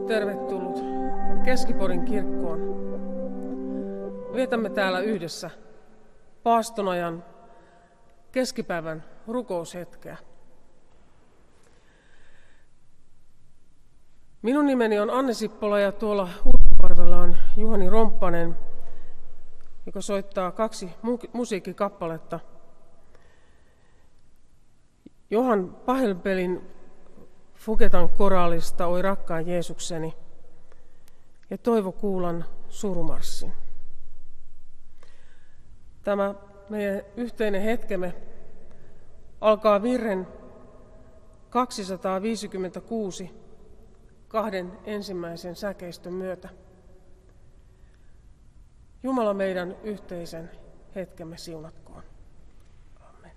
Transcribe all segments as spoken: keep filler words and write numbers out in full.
Tervetullut Keski-Porin kirkkoon. Vietämme täällä yhdessä paastonajan keskipäivän rukoushetkeä. Minun nimeni on Anne Sippola ja tuolla Urkkuparvella on Juhani Romppanen, joka soittaa kaksi mu- musiikkikappaletta. Johan Pahelbelin Fugetan koraalista Oi rakkaan Jeesukseni ja Toivo Kuulan Surumarssin. Tämä meidän yhteinen hetkemme alkaa virren kaksisataaviisikymmentäkuusi kahden ensimmäisen säkeistön myötä. Jumala meidän yhteisen hetkemme siunatkoon. Amen.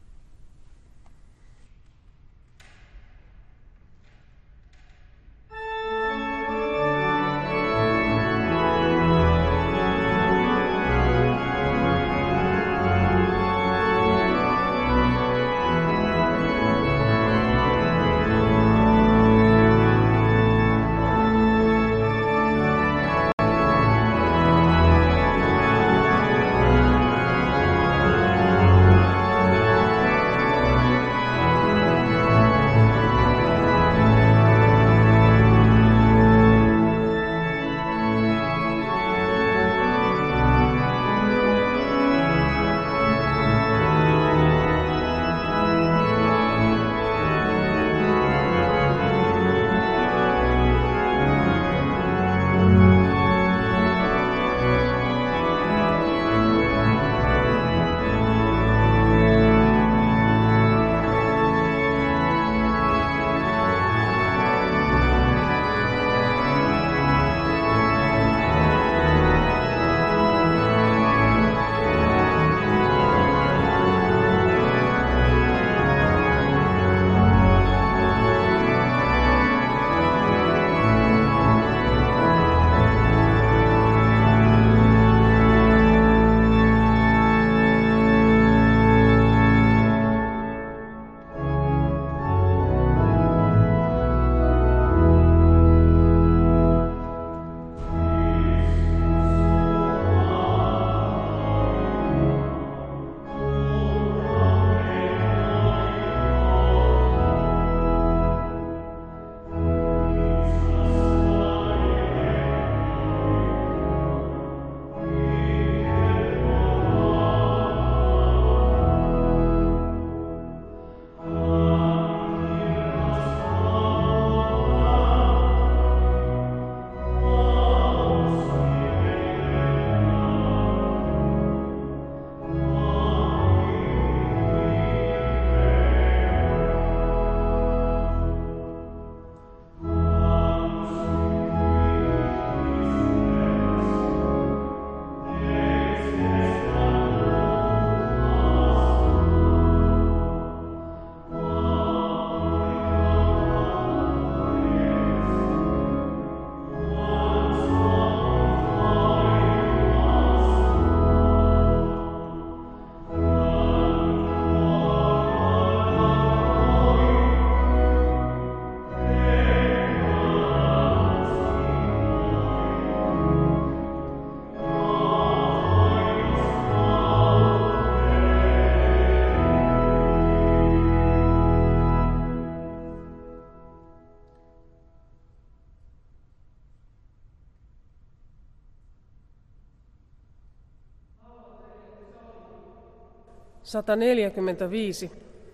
sata neljäkymmentäviisi.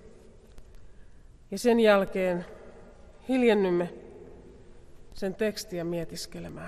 Ja sen jälkeen hiljennymme sen tekstiä mietiskelemään.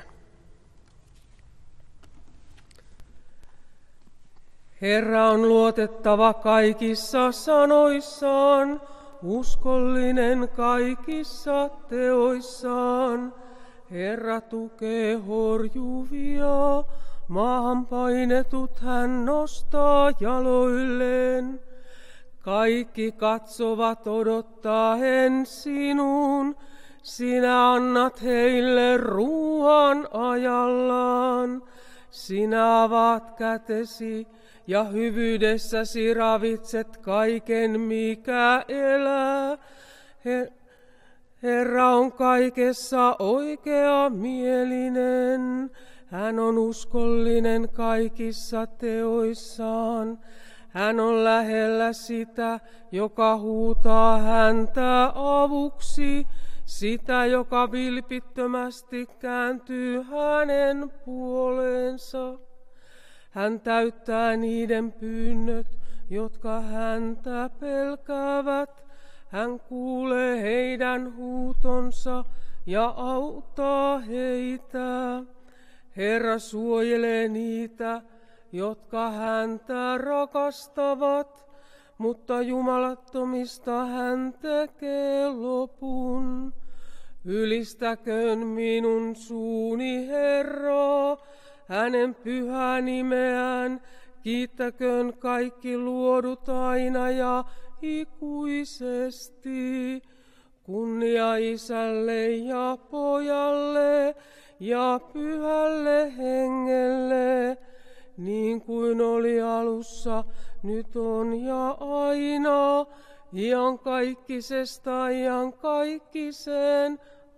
Herra on luotettava kaikissa sanoissaan, uskollinen kaikissa teoissaan. Herra tukee horjuvia, maahan painetut hän nostaa jaloilleen. Kaikki katsovat odottaen sinuun, sinä annat heille ruoan ajallaan. Sinä avaat kätesi ja hyvyydessäsi ravitset kaiken, mikä elää. He, Herra on kaikessa oikea mielinen, hän on uskollinen kaikissa teoissaan. Hän on lähellä sitä, joka huutaa häntä avuksi, sitä, joka vilpittömästi kääntyy hänen puoleensa. Hän täyttää niiden pyynnöt, jotka häntä pelkäävät. Hän kuulee heidän huutonsa ja auttaa heitä. Herra suojelee niitä, jotka häntä rakastavat, mutta jumalattomista hän tekee lopun. Ylistäköön minun suuni Herraa, hänen pyhää nimeään, kiittäköön kaikki luodut aina ja ikuisesti. Kunnia Isälle ja Pojalle ja Pyhälle Hengelle, niin kuin oli alussa, nyt on ja aina, iankaikkisesta iankaikkiseen.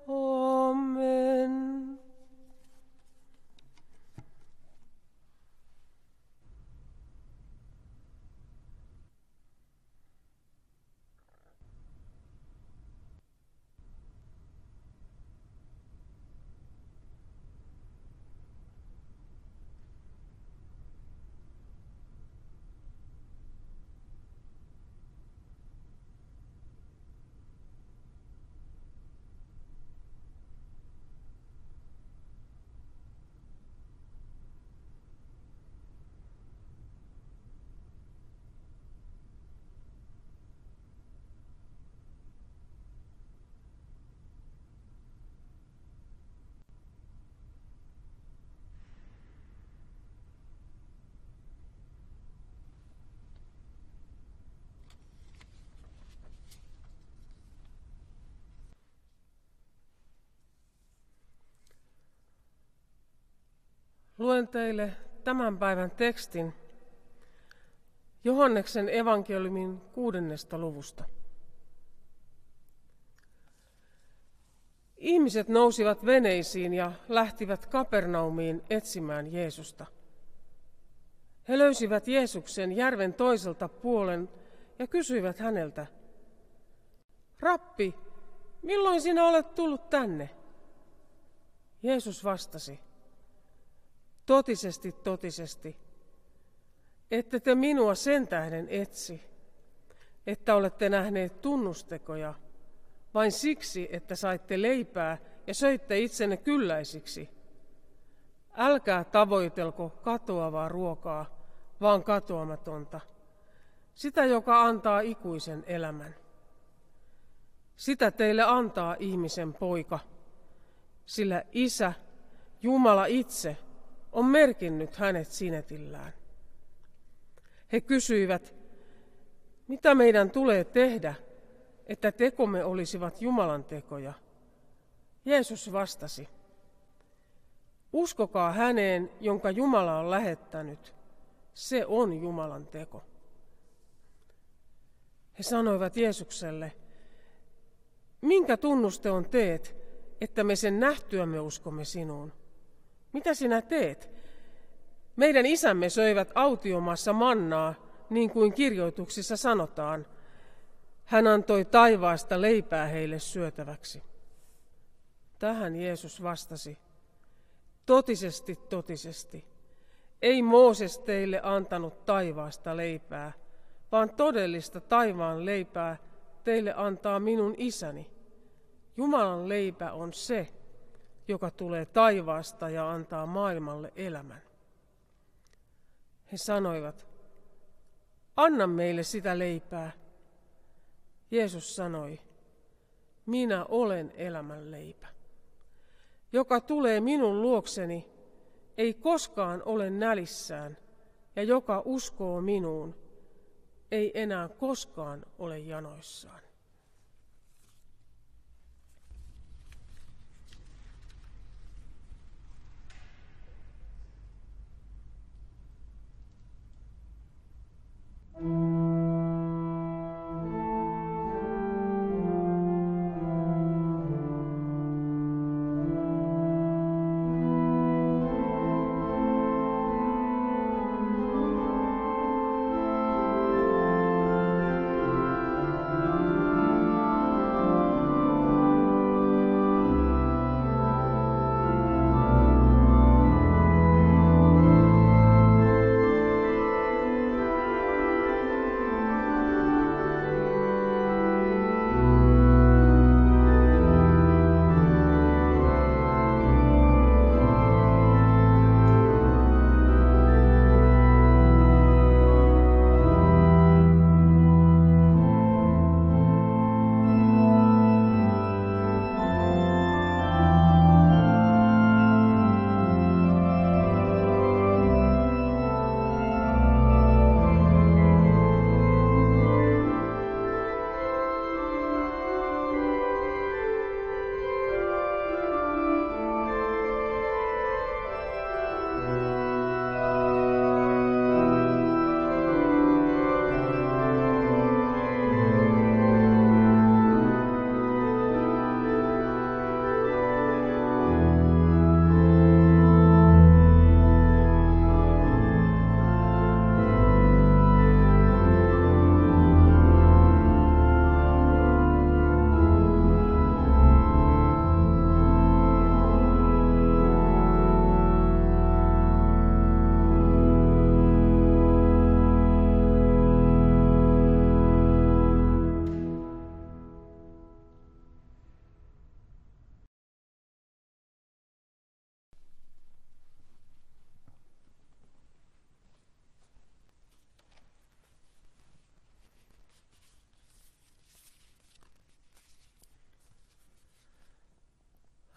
Amen. Luen teille tämän päivän tekstin Johanneksen evankeliumin kuudennesta luvusta. Ihmiset nousivat veneisiin ja lähtivät Kapernaumiin etsimään Jeesusta. He löysivät Jeesuksen järven toiselta puolen ja kysyivät häneltä: Rappi, milloin sinä olet tullut tänne? Jeesus vastasi: Totisesti, totisesti, ette te minua sen tähden etsi, että olette nähneet tunnustekoja, vain siksi, että saitte leipää ja söitte itsenne kylläisiksi. Älkää tavoitelko katoavaa ruokaa, vaan katoamatonta, sitä, joka antaa ikuisen elämän. Sitä teille antaa ihmisen poika, sillä Isä, Jumala itse, on merkinnyt hänet sinetillään. He kysyivät: mitä meidän tulee tehdä, että tekomme olisivat Jumalan tekoja? Jeesus vastasi: uskokaa häneen, jonka Jumala on lähettänyt. Se on Jumalan teko. He sanoivat Jeesukselle: minkä tunnuste on teet, että me sen nähtyämme uskomme sinuun? Mitä sinä teet? Meidän isämme söivät autiomaassa mannaa, niin kuin kirjoituksissa sanotaan. Hän antoi taivaasta leipää heille syötäväksi. Tähän Jeesus vastasi: totisesti, totisesti, ei Mooses teille antanut taivaasta leipää, vaan todellista taivaan leipää teille antaa minun isäni. Jumalan leipä on se, joka tulee taivaasta ja antaa maailmalle elämän. He sanoivat: anna meille sitä leipää. Jeesus sanoi: minä olen elämän leipä. Joka tulee minun luokseni, ei koskaan ole nälissään, ja joka uskoo minuun, ei enää koskaan ole janoissaan.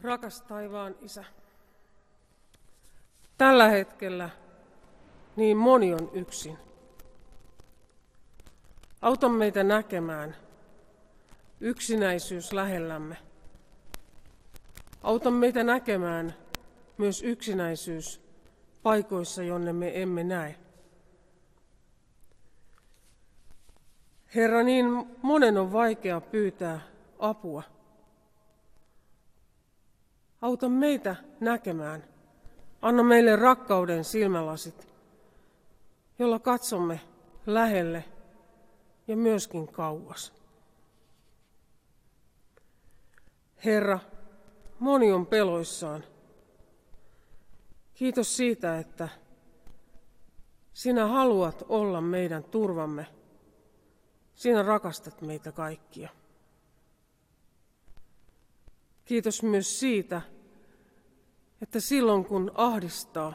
Rakas taivaan Isä, tällä hetkellä niin moni on yksin. Auta meitä näkemään yksinäisyys lähellämme. Auta meitä näkemään myös yksinäisyys paikoissa, jonne me emme näe. Herra, niin monen on vaikea pyytää apua. Auta meitä näkemään. Anna meille rakkauden silmälasit, jolla katsomme lähelle ja myöskin kauas. Herra, moni on peloissaan. Kiitos siitä, että sinä haluat olla meidän turvamme. Sinä rakastat meitä kaikkia. Kiitos myös siitä, että silloin kun ahdistaa,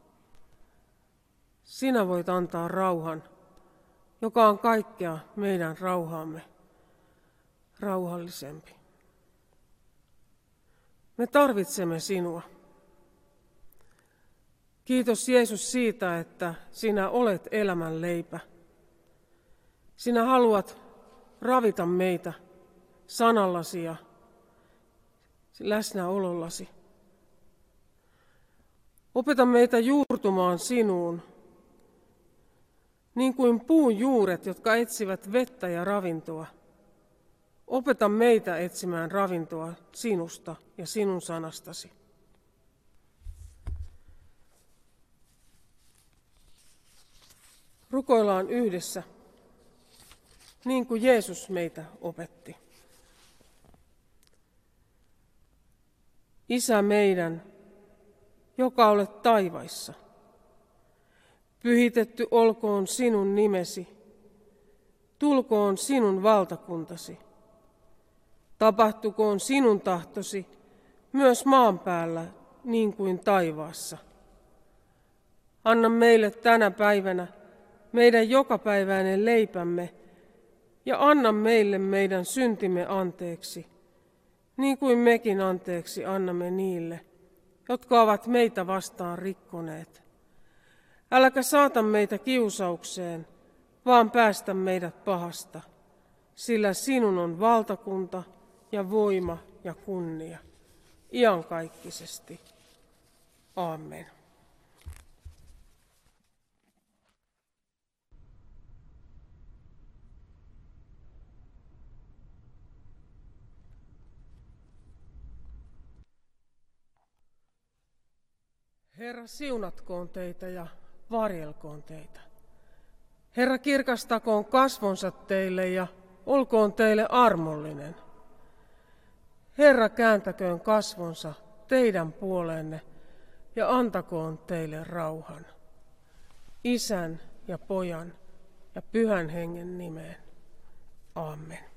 sinä voit antaa rauhan, joka on kaikkea meidän rauhaamme rauhallisempi. Me tarvitsemme sinua. Kiitos Jeesus siitä, että sinä olet elämän leipä. Sinä haluat ravita meitä sanallasi ja läsnäolollasi. Opeta meitä juurtumaan sinuun, niin kuin puun juuret, jotka etsivät vettä ja ravintoa. Opeta meitä etsimään ravintoa sinusta ja sinun sanastasi. Rukoillaan yhdessä, niin kuin Jeesus meitä opetti. Isä meidän, joka olet taivaissa, pyhitetty olkoon sinun nimesi, tulkoon sinun valtakuntasi. Tapahtukoon sinun tahtosi myös maan päällä niin kuin taivaassa. Anna meille tänä päivänä meidän jokapäiväinen leipämme ja anna meille meidän syntimme anteeksi, niin kuin mekin anteeksi annamme niille, jotka ovat meitä vastaan rikkoneet. Äläkä saata meitä kiusaukseen, vaan päästä meidät pahasta, sillä sinun on valtakunta ja voima ja kunnia, iankaikkisesti. Aamen. Herra, siunatkoon teitä ja varjelkoon teitä. Herra, kirkastakoon kasvonsa teille ja olkoon teille armollinen. Herra, kääntäköön kasvonsa teidän puoleenne ja antakoon teille rauhan. Isän ja Pojan ja Pyhän Hengen nimeen. Aamen.